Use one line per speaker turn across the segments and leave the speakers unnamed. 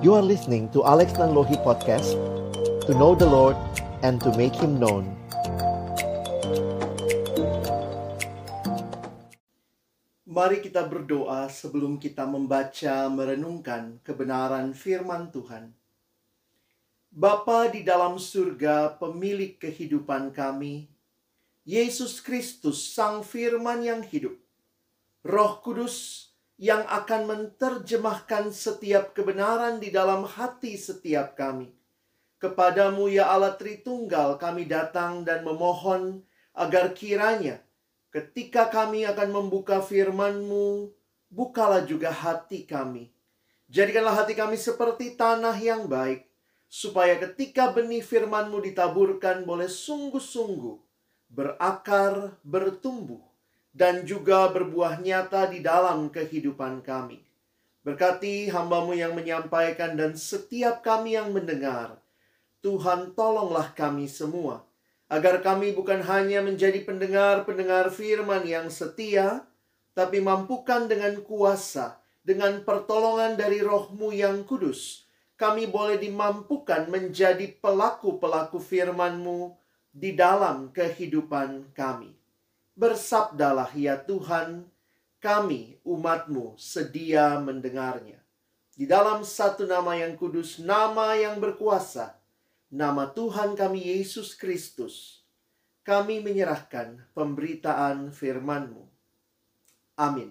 You are listening to Alex Nanlohi Podcast, to know the Lord and to make Him known. Mari kita berdoa sebelum kita membaca, merenungkan kebenaran firman Tuhan. Bapa di dalam surga, pemilik kehidupan kami, Yesus Kristus, Sang Firman yang hidup, Roh Kudus yang akan menerjemahkan setiap kebenaran di dalam hati setiap kami. Kepadamu ya Allah Tritunggal kami datang dan memohon agar kiranya ketika kami akan membuka firman-Mu, bukalah juga hati kami. Jadikanlah hati kami seperti tanah yang baik, supaya ketika benih firman-Mu ditaburkan boleh sungguh-sungguh berakar, bertumbuh, dan juga berbuah nyata di dalam kehidupan kami. Berkati hamba-Mu yang menyampaikan dan setiap kami yang mendengar. Tuhan, tolonglah kami semua, agar kami bukan hanya menjadi pendengar-pendengar firman yang setia, tapi mampukan dengan kuasa, dengan pertolongan dari Roh-Mu yang kudus, kami boleh dimampukan menjadi pelaku-pelaku firman-Mu di dalam kehidupan kami. Bersabdalah ya Tuhan, kami umat-Mu sedia mendengarnya. Di dalam satu nama yang kudus, nama yang berkuasa, nama Tuhan kami Yesus Kristus, kami menyerahkan pemberitaan firman-Mu. Amin.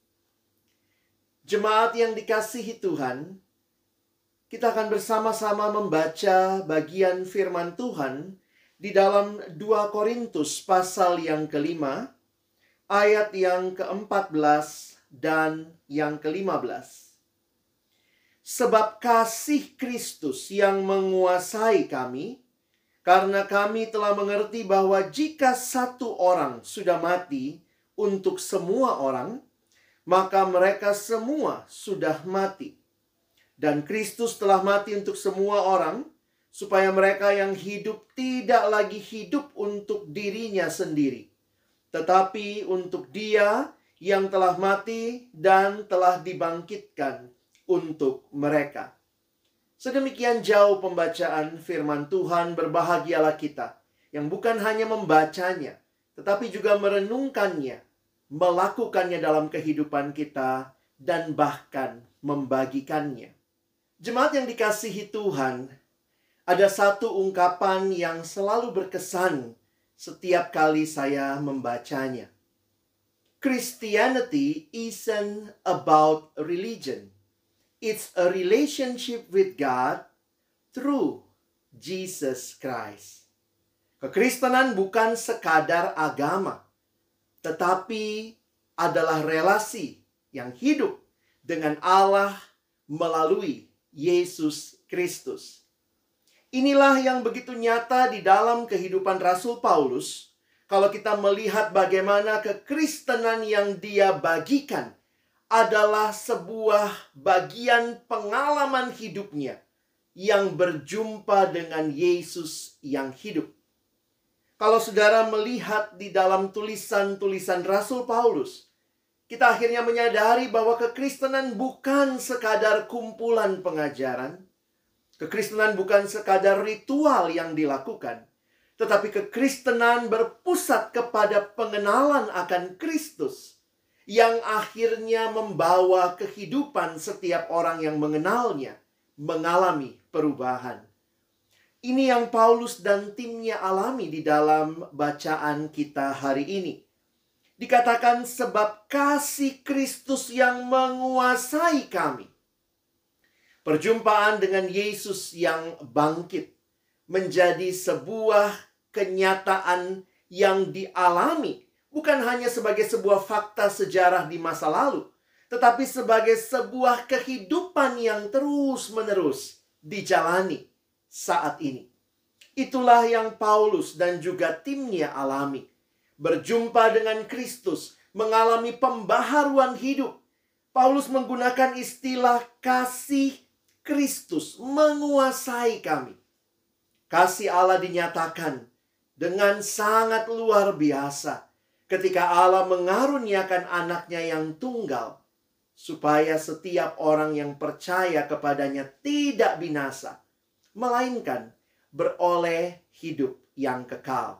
Jemaat yang dikasihi Tuhan, kita akan bersama-sama membaca bagian firman Tuhan di dalam 2 Korintus pasal yang ke-5, ayat yang ke-14 dan yang ke-15. Sebab kasih Kristus yang menguasai kami, karena kami telah mengerti bahwa jika satu orang sudah mati untuk semua orang, maka mereka semua sudah mati. Dan Kristus telah mati untuk semua orang, supaya mereka yang hidup tidak lagi hidup untuk dirinya sendiri, tetapi untuk Dia yang telah mati dan telah dibangkitkan untuk mereka. Sedemikian jauh pembacaan firman Tuhan. Berbahagialah kita yang bukan hanya membacanya, tetapi juga merenungkannya, melakukannya dalam kehidupan kita, dan bahkan membagikannya. Jemaat yang dikasihi Tuhan, ada satu ungkapan yang selalu berkesan setiap kali saya membacanya. Christianity isn't about religion. It's a relationship with God through Jesus Christ. Kekristenan bukan sekadar agama, tetapi adalah relasi yang hidup dengan Allah melalui Yesus Kristus. Inilah yang begitu nyata di dalam kehidupan Rasul Paulus. Kalau kita melihat bagaimana kekristenan yang dia bagikan adalah sebuah bagian pengalaman hidupnya yang berjumpa dengan Yesus yang hidup. Kalau saudara melihat di dalam tulisan-tulisan Rasul Paulus, kita akhirnya menyadari bahwa kekristenan bukan sekadar kumpulan pengajaran. Kekristenan bukan sekadar ritual yang dilakukan, tetapi kekristenan berpusat kepada pengenalan akan Kristus yang akhirnya membawa kehidupan setiap orang yang mengenalnya mengalami perubahan. Ini yang Paulus dan timnya alami di dalam bacaan kita hari ini. Dikatakan sebab kasih Kristus yang menguasai kami. Perjumpaan dengan Yesus yang bangkit menjadi sebuah kenyataan yang dialami, bukan hanya sebagai sebuah fakta sejarah di masa lalu, tetapi sebagai sebuah kehidupan yang terus-menerus dijalani saat ini. Itulah yang Paulus dan juga timnya alami. Berjumpa dengan Kristus, mengalami pembaharuan hidup. Paulus menggunakan istilah kasih Kristus menguasai kami. Kasih Allah dinyatakan dengan sangat luar biasa ketika Allah mengaruniakan anaknya yang tunggal supaya setiap orang yang percaya kepadanya tidak binasa, melainkan beroleh hidup yang kekal.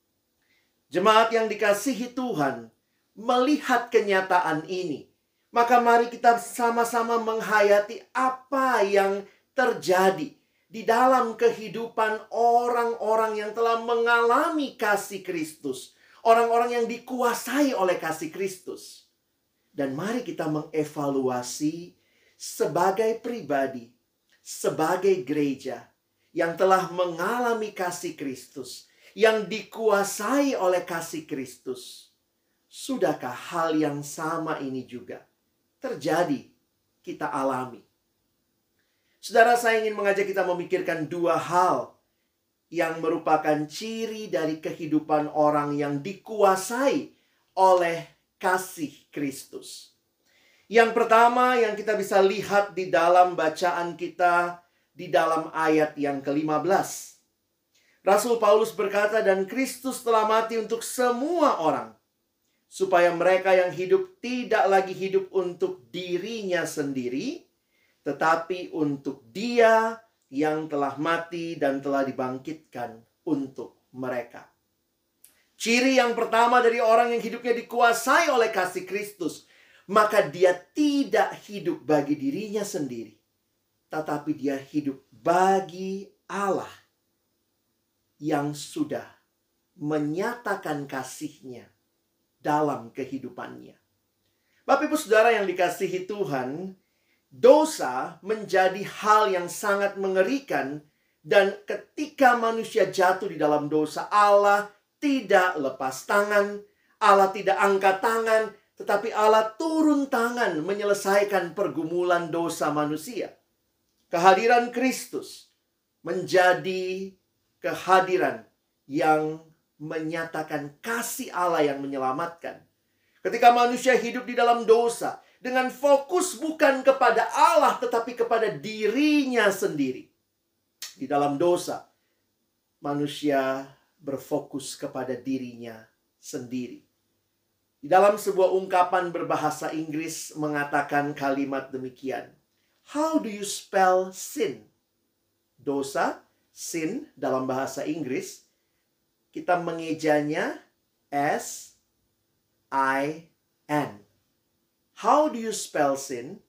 Jemaat yang dikasihi Tuhan, melihat kenyataan ini, maka mari kita sama-sama menghayati apa yang terjadi di dalam kehidupan orang-orang yang telah mengalami kasih Kristus, orang-orang yang dikuasai oleh kasih Kristus. Dan mari kita mengevaluasi sebagai pribadi, sebagai gereja yang telah mengalami kasih Kristus, yang dikuasai oleh kasih Kristus. Sudahkah hal yang sama ini juga terjadi, kita alami? Saudara, saya ingin mengajak kita memikirkan dua hal yang merupakan ciri dari kehidupan orang yang dikuasai oleh kasih Kristus. Yang pertama yang kita bisa lihat di dalam bacaan kita di dalam ayat yang ke-15. Rasul Paulus berkata, dan Kristus telah mati untuk semua orang, supaya mereka yang hidup tidak lagi hidup untuk dirinya sendiri, tetapi untuk Dia yang telah mati dan telah dibangkitkan untuk mereka. Ciri yang pertama dari orang yang hidupnya dikuasai oleh kasih Kristus, maka dia tidak hidup bagi dirinya sendiri, tetapi dia hidup bagi Allah yang sudah menyatakan kasih-Nya dalam kehidupannya. Bapak Ibu Saudara yang dikasihi Tuhan, dosa menjadi hal yang sangat mengerikan, dan ketika manusia jatuh di dalam dosa, Allah tidak lepas tangan, Allah tidak angkat tangan, tetapi Allah turun tangan menyelesaikan pergumulan dosa manusia. Kehadiran Kristus menjadi kehadiran yang menyatakan kasih Allah yang menyelamatkan. Ketika manusia hidup di dalam dosa, dengan fokus bukan kepada Allah, tetapi kepada dirinya sendiri. Di dalam dosa, manusia berfokus kepada dirinya sendiri. Di dalam sebuah ungkapan berbahasa Inggris mengatakan kalimat demikian. How do you spell sin? Dosa, sin dalam bahasa Inggris, kita mengejanya S-I-N. How do you spell sin?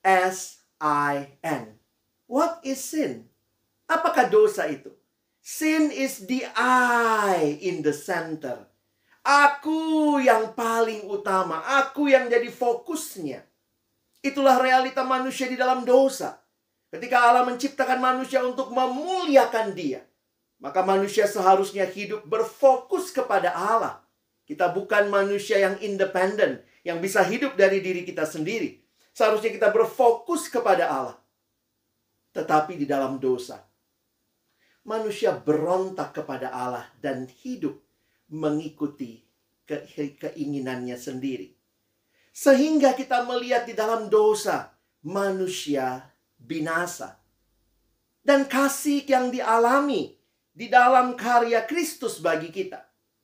S-I-N. What is sin? Apakah dosa itu? Sin is the I in the center. Aku yang paling utama. Aku yang jadi fokusnya. Itulah realita manusia di dalam dosa. Ketika Allah menciptakan manusia untuk memuliakan Dia, maka manusia seharusnya hidup berfokus kepada Allah. Kita bukan manusia yang independen, yang bisa hidup dari diri kita sendiri. Seharusnya kita berfokus kepada Allah. Tetapi di dalam dosa, manusia berontak kepada Allah dan hidup mengikuti keinginannya sendiri. Sehingga kita melihat di dalam dosa, manusia binasa. Dan kasih yang dialami di dalam karya Kristus bagi kita,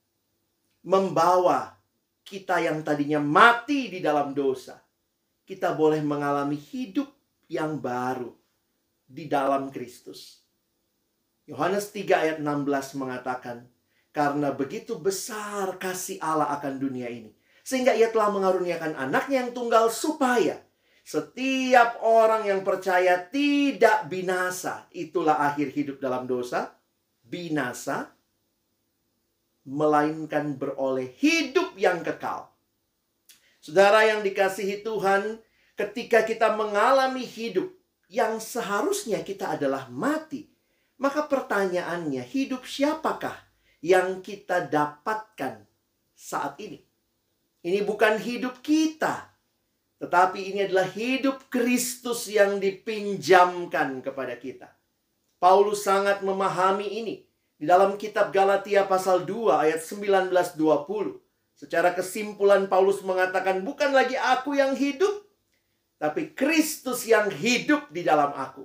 membawa kita yang tadinya mati di dalam dosa, kita boleh mengalami hidup yang baru di dalam Kristus. Yohanes 3 ayat 16 mengatakan, karena begitu besar kasih Allah akan dunia ini, sehingga Ia telah mengaruniakan anaknya yang tunggal, supaya setiap orang yang percaya tidak binasa. Itulah akhir hidup dalam dosa, binasa, melainkan beroleh hidup yang kekal. Saudara yang dikasihi Tuhan, ketika kita mengalami hidup yang seharusnya kita adalah mati, maka pertanyaannya, hidup siapakah yang kita dapatkan saat ini? Ini bukan hidup kita, tetapi ini adalah hidup Kristus yang dipinjamkan kepada kita. Paulus sangat memahami ini. Di dalam kitab Galatia pasal 2 ayat 19-20. Secara kesimpulan Paulus mengatakan, bukan lagi aku yang hidup, tapi Kristus yang hidup di dalam aku.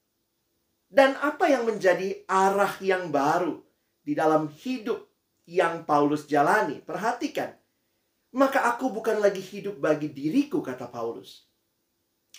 Dan apa yang menjadi arah yang baru di dalam hidup yang Paulus jalani? Perhatikan. Maka aku bukan lagi hidup bagi diriku, kata Paulus.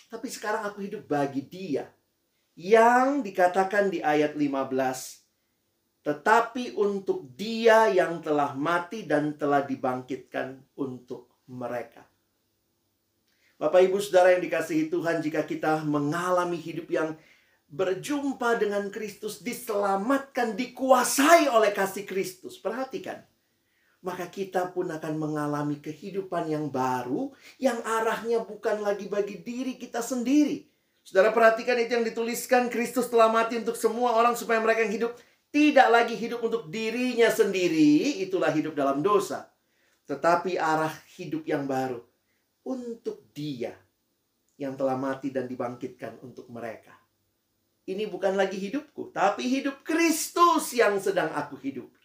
Tapi sekarang aku hidup bagi Dia. Yang dikatakan di ayat 15, tetapi untuk Dia yang telah mati dan telah dibangkitkan untuk mereka. Bapak, Ibu, Saudara yang dikasihi Tuhan, jika kita mengalami hidup yang berjumpa dengan Kristus, diselamatkan, dikuasai oleh kasih Kristus, perhatikan, maka kita pun akan mengalami kehidupan yang baru, yang arahnya bukan lagi bagi diri kita sendiri. Saudara perhatikan itu yang dituliskan, Kristus telah mati untuk semua orang supaya mereka yang hidup tidak lagi hidup untuk dirinya sendiri, itulah hidup dalam dosa. Tetapi arah hidup yang baru untuk Dia yang telah mati dan dibangkitkan untuk mereka. Ini bukan lagi hidupku, tapi hidup Kristus yang sedang aku hidupi.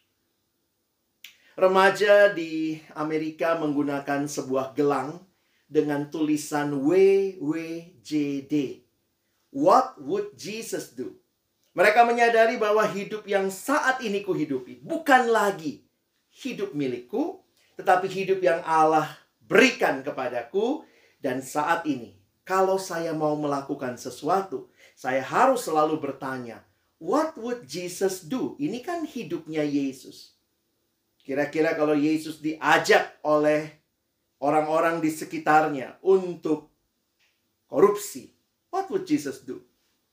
Remaja di Amerika menggunakan sebuah gelang dengan tulisan WWJD. What would Jesus do? Mereka menyadari bahwa hidup yang saat ini kuhidupi bukan lagi hidup milikku, tetapi hidup yang Allah berikan kepadaku. Dan saat ini, kalau saya mau melakukan sesuatu, saya harus selalu bertanya, what would Jesus do? Ini kan hidupnya Yesus. Kira-kira kalau Yesus diajak oleh orang-orang di sekitarnya untuk korupsi, what would Jesus do?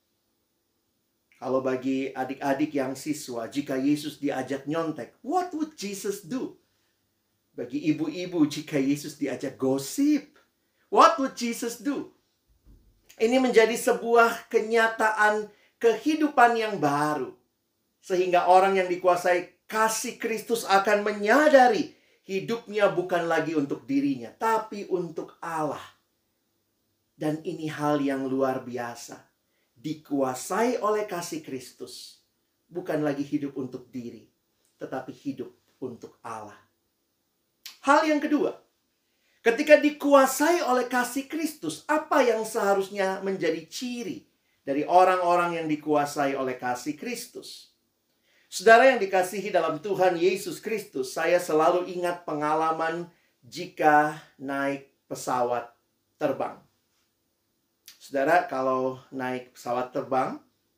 Kalau bagi adik-adik yang siswa, jika Yesus diajak nyontek, what would Jesus do? Bagi ibu-ibu, jika Yesus diajak gosip, what would Jesus do? Ini menjadi sebuah kenyataan kehidupan yang baru. Sehingga orang yang dikuasai kasih Kristus akan menyadari hidupnya bukan lagi untuk dirinya, tapi untuk Allah. Dan ini hal yang luar biasa. Dikuasai oleh kasih Kristus. Bukan lagi hidup untuk diri, tetapi hidup untuk Allah. Hal yang kedua, ketika dikuasai oleh kasih Kristus, apa yang seharusnya menjadi ciri dari orang-orang yang dikuasai oleh kasih Kristus? Saudara yang dikasihi dalam Tuhan Yesus Kristus, saya selalu ingat pengalaman jika naik pesawat terbang. Saudara, kalau naik pesawat terbang,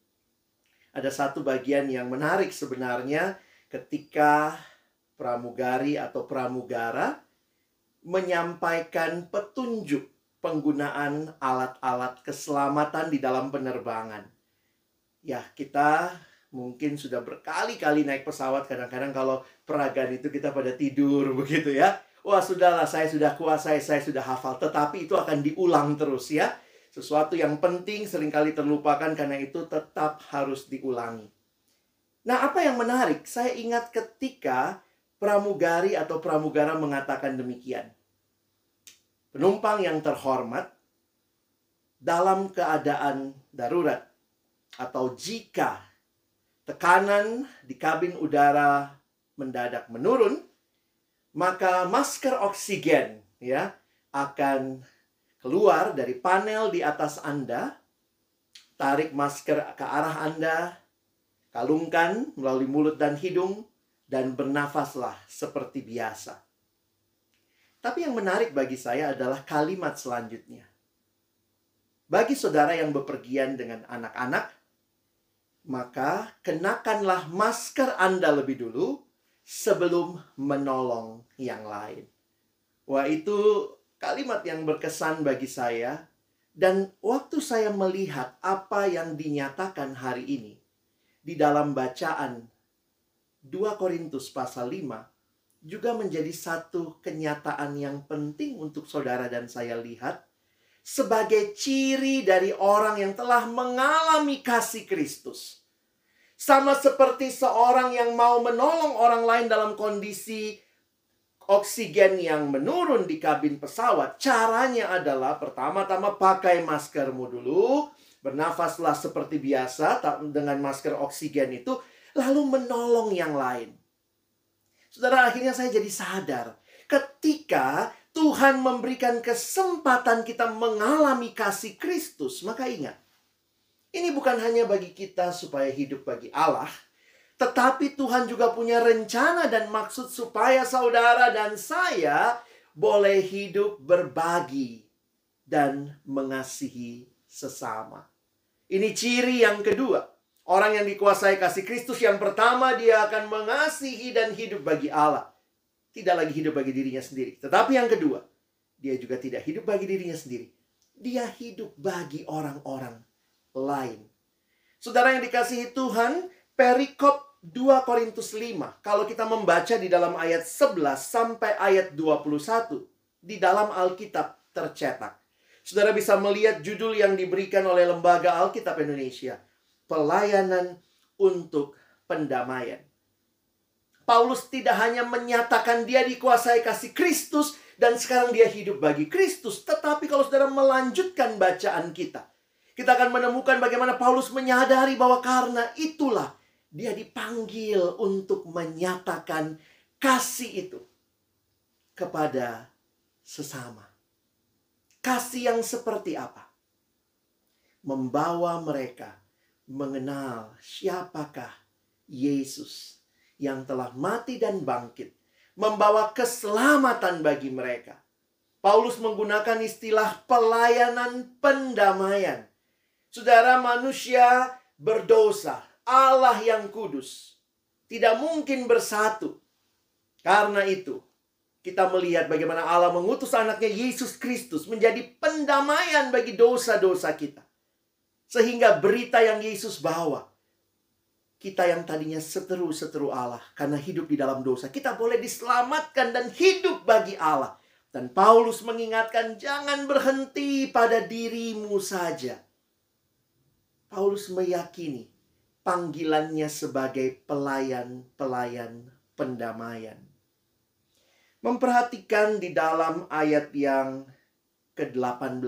ada satu bagian yang menarik sebenarnya ketika pramugari atau pramugara menyampaikan petunjuk penggunaan alat-alat keselamatan di dalam penerbangan. Ya, kita mungkin sudah berkali-kali naik pesawat. Kadang-kadang kalau peragaan itu kita pada tidur begitu ya. Wah, sudahlah, saya sudah kuasai, saya sudah hafal. Tetapi itu akan diulang terus ya. Sesuatu yang penting seringkali terlupakan, karena itu tetap harus diulangi. Nah, apa yang menarik? Saya ingat ketika pramugari atau pramugara mengatakan demikian. Penumpang yang terhormat, dalam keadaan darurat atau jika tekanan di kabin udara mendadak menurun, maka masker oksigen ya akan keluar dari panel di atas Anda. Tarik masker ke arah Anda, kalungkan melalui mulut dan hidung, dan bernafaslah seperti biasa. Tapi yang menarik bagi saya adalah kalimat selanjutnya. Bagi saudara yang bepergian dengan anak-anak, maka kenakanlah masker Anda lebih dulu sebelum menolong yang lain. Wah, itu kalimat yang berkesan bagi saya. Dan waktu saya melihat apa yang dinyatakan hari ini di dalam bacaan 2 Korintus pasal 5, juga menjadi satu kenyataan yang penting untuk saudara dan saya lihat sebagai ciri dari orang yang telah mengalami kasih Kristus. Sama seperti seorang yang mau menolong orang lain dalam kondisi oksigen yang menurun di kabin pesawat. Caranya adalah pertama-tama pakai maskermu dulu, bernafaslah seperti biasa dengan masker oksigen itu, lalu menolong yang lain. Saudara, akhirnya saya jadi sadar, ketika Tuhan memberikan kesempatan kita mengalami kasih Kristus, maka ingat, ini bukan hanya bagi kita supaya hidup bagi Allah, tetapi Tuhan juga punya rencana dan maksud supaya saudara dan saya boleh hidup berbagi dan mengasihi sesama. Ini ciri yang kedua. Orang yang dikuasai kasih Kristus, yang pertama dia akan mengasihi dan hidup bagi Allah. Tidak lagi hidup bagi dirinya sendiri. Tetapi yang kedua, dia juga tidak hidup bagi dirinya sendiri. Dia hidup bagi orang-orang lain. Saudara yang dikasihi Tuhan, perikop 2 Korintus 5. Kalau kita membaca di dalam ayat 11 sampai ayat 21. Di dalam Alkitab tercetak. Saudara bisa melihat judul yang diberikan oleh Lembaga Alkitab Indonesia. Pelayanan untuk pendamaian. Paulus tidak hanya menyatakan dia dikuasai kasih Kristus dan sekarang dia hidup bagi Kristus. Tetapi kalau saudara melanjutkan bacaan kita akan menemukan bagaimana Paulus menyadari bahwa karena itulah dia dipanggil untuk menyatakan kasih itu kepada sesama. Kasih yang seperti apa? Membawa mereka mengenal siapakah Yesus yang telah mati dan bangkit, membawa keselamatan bagi mereka. Paulus menggunakan istilah pelayanan pendamaian. Saudara, manusia berdosa, Allah yang kudus tidak mungkin bersatu. Karena itu, kita melihat bagaimana Allah mengutus anaknya Yesus Kristus menjadi pendamaian bagi dosa-dosa kita. Sehingga berita yang Yesus bawa, kita yang tadinya seteru-seteru Allah karena hidup di dalam dosa, kita boleh diselamatkan dan hidup bagi Allah. Dan Paulus mengingatkan, jangan berhenti pada dirimu saja. Paulus meyakini panggilannya sebagai pelayan-pelayan pendamaian. Memperhatikan di dalam ayat yang ke-18.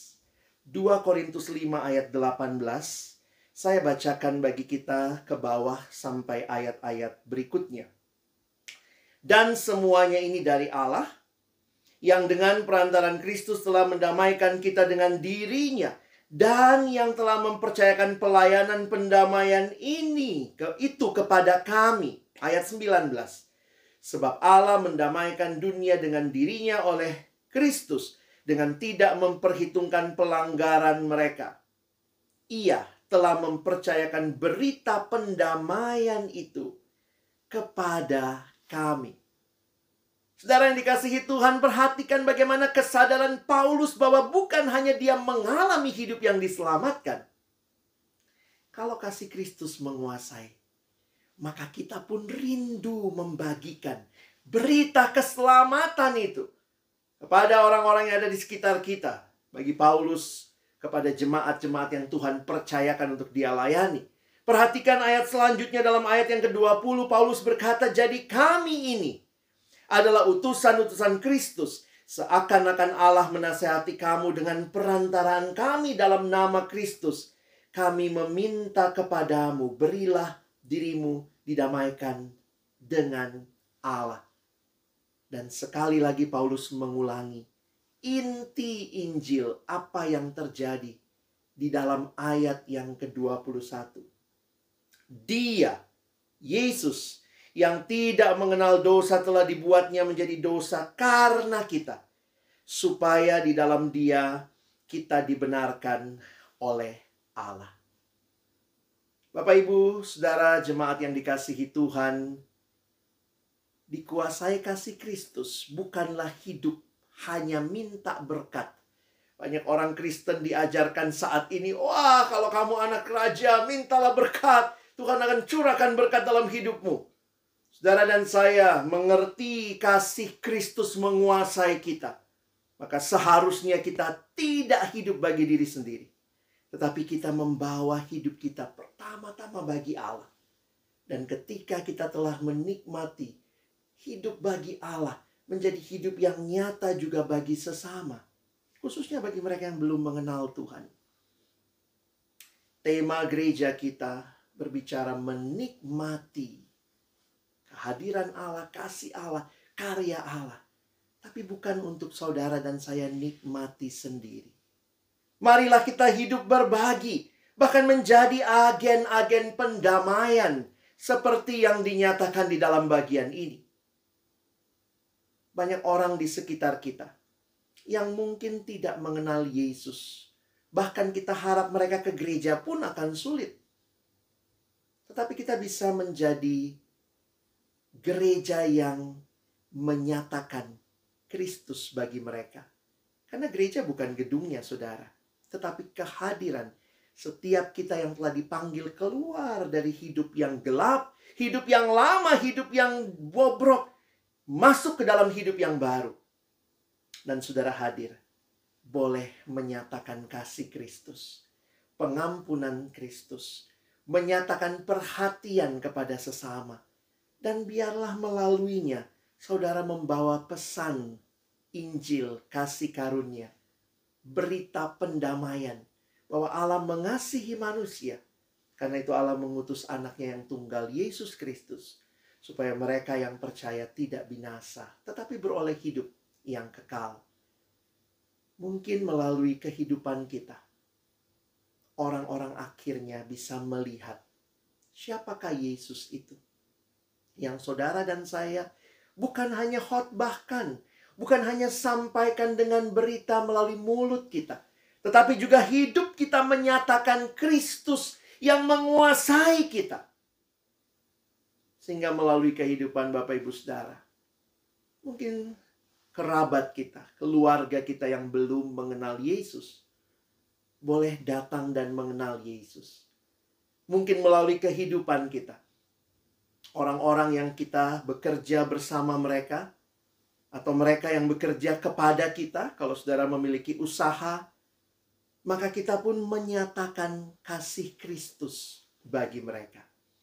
2 Korintus 5 ayat 18. Saya bacakan bagi kita ke bawah sampai ayat-ayat berikutnya. Dan semuanya ini dari Allah, yang dengan perantaran Kristus telah mendamaikan kita dengan dirinya, dan yang telah mempercayakan pelayanan pendamaian itu kepada kami. Ayat 19. Sebab Allah mendamaikan dunia dengan dirinya oleh Kristus, dengan tidak memperhitungkan pelanggaran mereka. Ia telah mempercayakan berita pendamaian itu kepada kami. Saudara yang dikasihi Tuhan, perhatikan bagaimana kesadaran Paulus bahwa bukan hanya dia mengalami hidup yang diselamatkan. Kalau kasih Kristus menguasai, maka kita pun rindu membagikan berita keselamatan itu kepada orang-orang yang ada di sekitar kita. Bagi Paulus, kepada jemaat-jemaat yang Tuhan percayakan untuk dia layani. Perhatikan ayat selanjutnya dalam ayat yang ke-20. Paulus berkata, jadi kami ini adalah utusan-utusan Kristus. Seakan-akan Allah menasihati kamu dengan perantaraan kami dalam nama Kristus. Kami meminta kepadamu, berilah dirimu didamaikan dengan Allah. Dan sekali lagi Paulus mengulangi inti Injil, apa yang terjadi di dalam ayat yang ke-21. Dia, Yesus, yang tidak mengenal dosa telah dibuatnya menjadi dosa karena kita, supaya di dalam Dia kita dibenarkan oleh Allah. Bapak, Ibu, Saudara, jemaat yang dikasihi Tuhan, dikuasai kasih Kristus bukanlah hidup hanya minta berkat. Banyak orang Kristen diajarkan saat ini, wah, kalau kamu anak raja, mintalah berkat. Tuhan akan curahkan berkat dalam hidupmu. Saudara dan saya mengerti kasih Kristus menguasai kita. Maka seharusnya kita tidak hidup bagi diri sendiri. Tetapi kita membawa hidup kita pertama-tama bagi Allah. Dan ketika kita telah menikmati hidup bagi Allah, menjadi hidup yang nyata juga bagi sesama. Khususnya bagi mereka yang belum mengenal Tuhan. Tema gereja kita berbicara menikmati kehadiran Allah, kasih Allah, karya Allah. Tapi bukan untuk saudara dan saya nikmati sendiri. Marilah kita hidup berbagi, bahkan menjadi agen-agen pendamaian seperti yang dinyatakan di dalam bagian ini. Banyak orang di sekitar kita yang mungkin tidak mengenal Yesus. Bahkan kita harap mereka ke gereja pun akan sulit. Tetapi kita bisa menjadi gereja yang menyatakan Kristus bagi mereka. Karena gereja bukan gedungnya, saudara, tetapi kehadiran setiap kita yang telah dipanggil keluar dari hidup yang gelap, hidup yang lama, hidup yang bobrok, masuk ke dalam hidup yang baru. Dan saudara hadir, boleh menyatakan kasih Kristus, pengampunan Kristus, menyatakan perhatian kepada sesama. Dan biarlah melaluinya, saudara membawa pesan Injil kasih karunia, berita pendamaian, bahwa Allah mengasihi manusia. Karena itu Allah mengutus anaknya yang tunggal, Yesus Kristus, supaya mereka yang percaya tidak binasa, tetapi beroleh hidup yang kekal. Mungkin melalui kehidupan kita, orang-orang akhirnya bisa melihat siapakah Yesus itu. Yang saudara dan saya bukan hanya khotbahkan, bukan hanya sampaikan dengan berita melalui mulut kita, tetapi juga hidup kita menyatakan Kristus yang menguasai kita. Sehingga melalui kehidupan Bapak Ibu Saudara, mungkin kerabat kita, keluarga kita yang belum mengenal Yesus, boleh datang dan mengenal Yesus. Mungkin melalui kehidupan kita, orang-orang yang kita bekerja bersama mereka, atau mereka yang bekerja kepada kita, kalau saudara memiliki usaha, maka kita pun menyatakan kasih Kristus bagi mereka.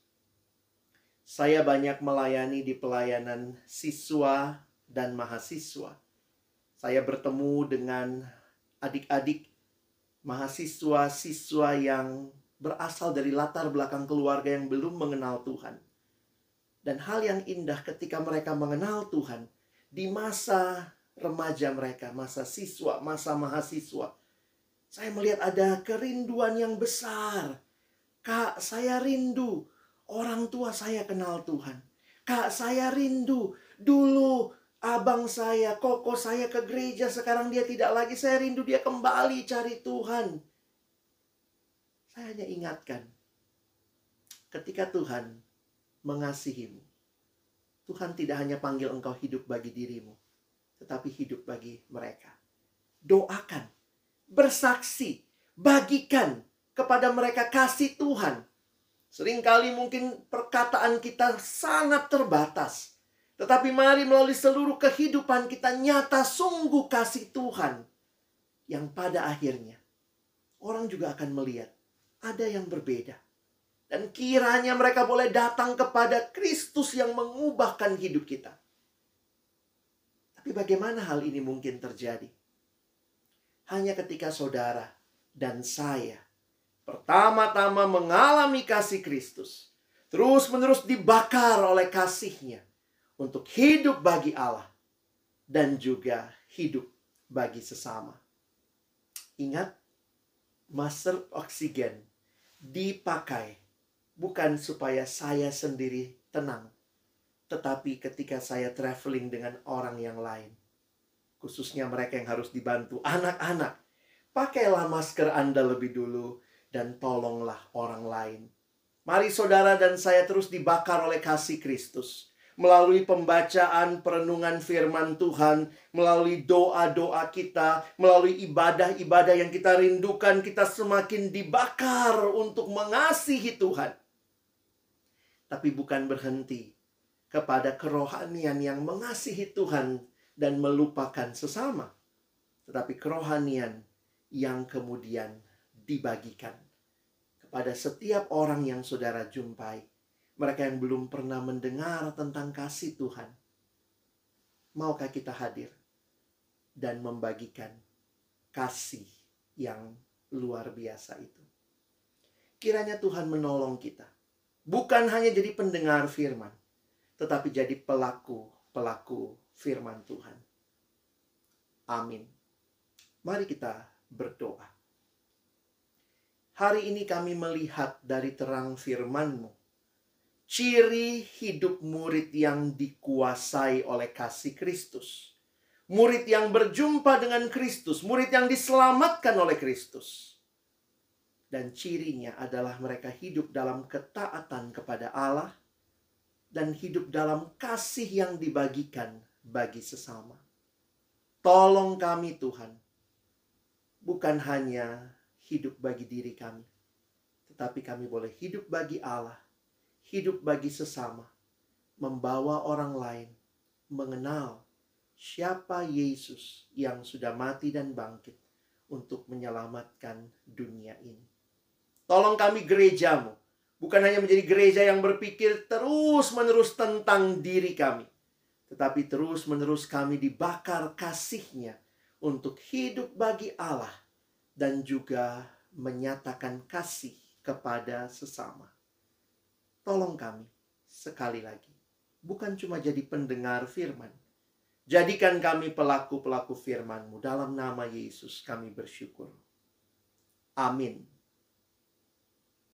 Saya banyak melayani di pelayanan siswa dan mahasiswa. Saya bertemu dengan adik-adik mahasiswa-siswa yang berasal dari latar belakang keluarga yang belum mengenal Tuhan. Dan hal yang indah ketika mereka mengenal Tuhan, di masa remaja mereka, masa siswa, masa mahasiswa, saya melihat ada kerinduan yang besar. Kak, saya rindu orang tua saya kenal Tuhan. Kak, saya rindu dulu abang saya, koko saya ke gereja, sekarang dia tidak lagi. Saya rindu dia kembali cari Tuhan. Saya hanya ingatkan, ketika Tuhan mengasihimu, Tuhan tidak hanya panggil engkau hidup bagi dirimu, tetapi hidup bagi mereka. Doakan, bersaksi, bagikan kepada mereka kasih Tuhan. Seringkali mungkin perkataan kita sangat terbatas, tetapi mari melalui seluruh kehidupan kita nyata sungguh kasih Tuhan, yang pada akhirnya orang juga akan melihat ada yang berbeda. Dan kiranya mereka boleh datang kepada Kristus yang mengubahkan hidup kita. Tapi bagaimana hal ini mungkin terjadi? Hanya ketika saudara dan saya pertama-tama mengalami kasih Kristus, terus-menerus dibakar oleh kasih-Nya untuk hidup bagi Allah dan juga hidup bagi sesama. Ingat, masker oksigen dipakai bukan supaya saya sendiri tenang, tetapi ketika saya traveling dengan orang yang lain, khususnya mereka yang harus dibantu, anak-anak, pakailah masker Anda lebih dulu dan tolonglah orang lain. Mari saudara dan saya terus dibakar oleh kasih Kristus. Melalui pembacaan perenungan firman Tuhan, melalui doa-doa kita, melalui ibadah-ibadah yang kita rindukan, kita semakin dibakar untuk mengasihi Tuhan. Tapi bukan berhenti kepada kerohanian yang mengasihi Tuhan dan melupakan sesama, tetapi kerohanian yang kemudian dibagikan kepada setiap orang yang saudara jumpai. Mereka yang belum pernah mendengar tentang kasih Tuhan, maukah kita hadir dan membagikan kasih yang luar biasa itu? Kiranya Tuhan menolong kita, bukan hanya jadi pendengar firman, tetapi jadi pelaku firman Tuhan. Amin. Mari kita berdoa. Hari ini kami melihat dari terang firman-Mu, ciri hidup murid yang dikuasai oleh kasih Kristus. murid yang berjumpa dengan Kristus, murid yang diselamatkan oleh Kristus. Dan cirinya adalah mereka hidup dalam ketaatan kepada Allah dan hidup dalam kasih yang dibagikan bagi sesama. Tolong kami Tuhan, bukan hanya hidup bagi diri kami, tetapi kami boleh hidup bagi Allah, hidup bagi sesama, membawa orang lain mengenal siapa Yesus yang sudah mati dan bangkit untuk menyelamatkan dunia ini. Tolong kami gerejamu, bukan hanya menjadi gereja yang berpikir terus-menerus tentang diri kami, tetapi terus-menerus kami dibakar kasih-Nya untuk hidup bagi Allah dan juga menyatakan kasih kepada sesama. Tolong kami sekali lagi, bukan cuma jadi pendengar firman, jadikan kami pelaku-pelaku firman-Mu. Dalam nama Yesus kami bersyukur. Amin.